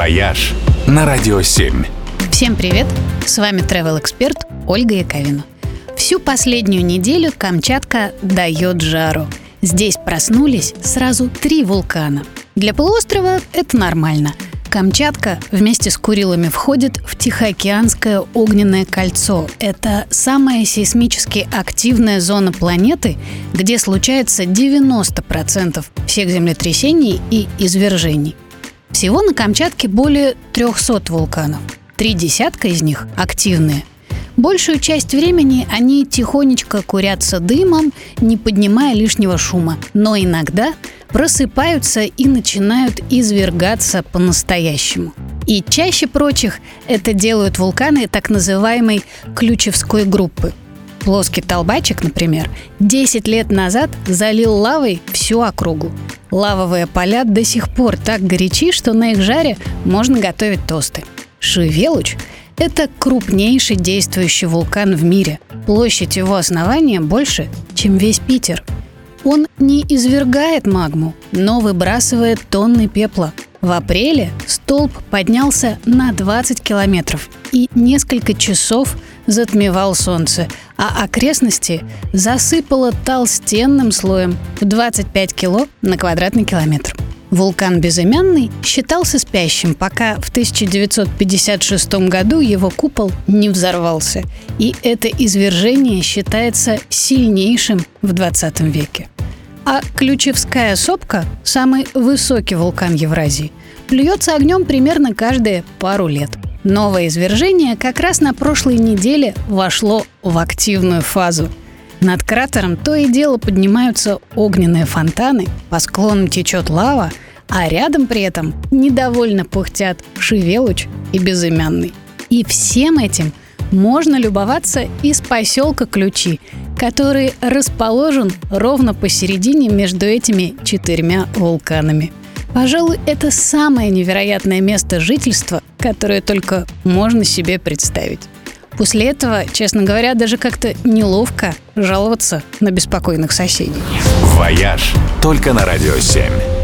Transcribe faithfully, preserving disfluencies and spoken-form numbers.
«Вояж» на Радио семь. Всем привет! С вами travel-эксперт Ольга Яковина. Всю последнюю неделю Камчатка дает жару. Здесь проснулись сразу три вулкана. Для полуострова это нормально. Камчатка вместе с Курилами входит в Тихоокеанское огненное кольцо. Это самая сейсмически активная зона планеты, где случается девяносто процентов всех землетрясений и извержений. Всего на Камчатке более трехсот вулканов. Три десятка из них активные. Большую часть времени они тихонечко курятся дымом, не поднимая лишнего шума. Но иногда просыпаются и начинают извергаться по-настоящему. И чаще прочих это делают вулканы так называемой Ключевской группы. Плоский Толбачик, например, десять лет назад залил лавой всю округу. Лавовые поля до сих пор так горячи, что на их жаре можно готовить тосты. Шевелуч – это крупнейший действующий вулкан в мире. Площадь его основания больше, чем весь Питер. Он не извергает магму, но выбрасывает тонны пепла. В апреле столб поднялся на двадцать километров и несколько часов затмевал солнце, а окрестности засыпало толстенным слоем в двадцать пять кило на квадратный километр. Вулкан Безымянный считался спящим, пока в тысяча девятьсот пятьдесят шестом году его купол не взорвался. И это извержение считается сильнейшим в двадцатом веке. А Ключевская сопка, самый высокий вулкан Евразии, плюется огнем примерно каждые пару лет. Новое извержение как раз на прошлой неделе вошло в активную фазу. Над кратером то и дело поднимаются огненные фонтаны, по склонам течет лава, а рядом при этом недовольно пыхтят Шевелуч и Безымянный. И всем этим можно любоваться из поселка Ключи, который расположен ровно посередине между этими четырьмя вулканами. Пожалуй, это самое невероятное место жительства, которое только можно себе представить. После этого, честно говоря, даже как-то неловко жаловаться на беспокойных соседей. «Вояж» только на Радио семь.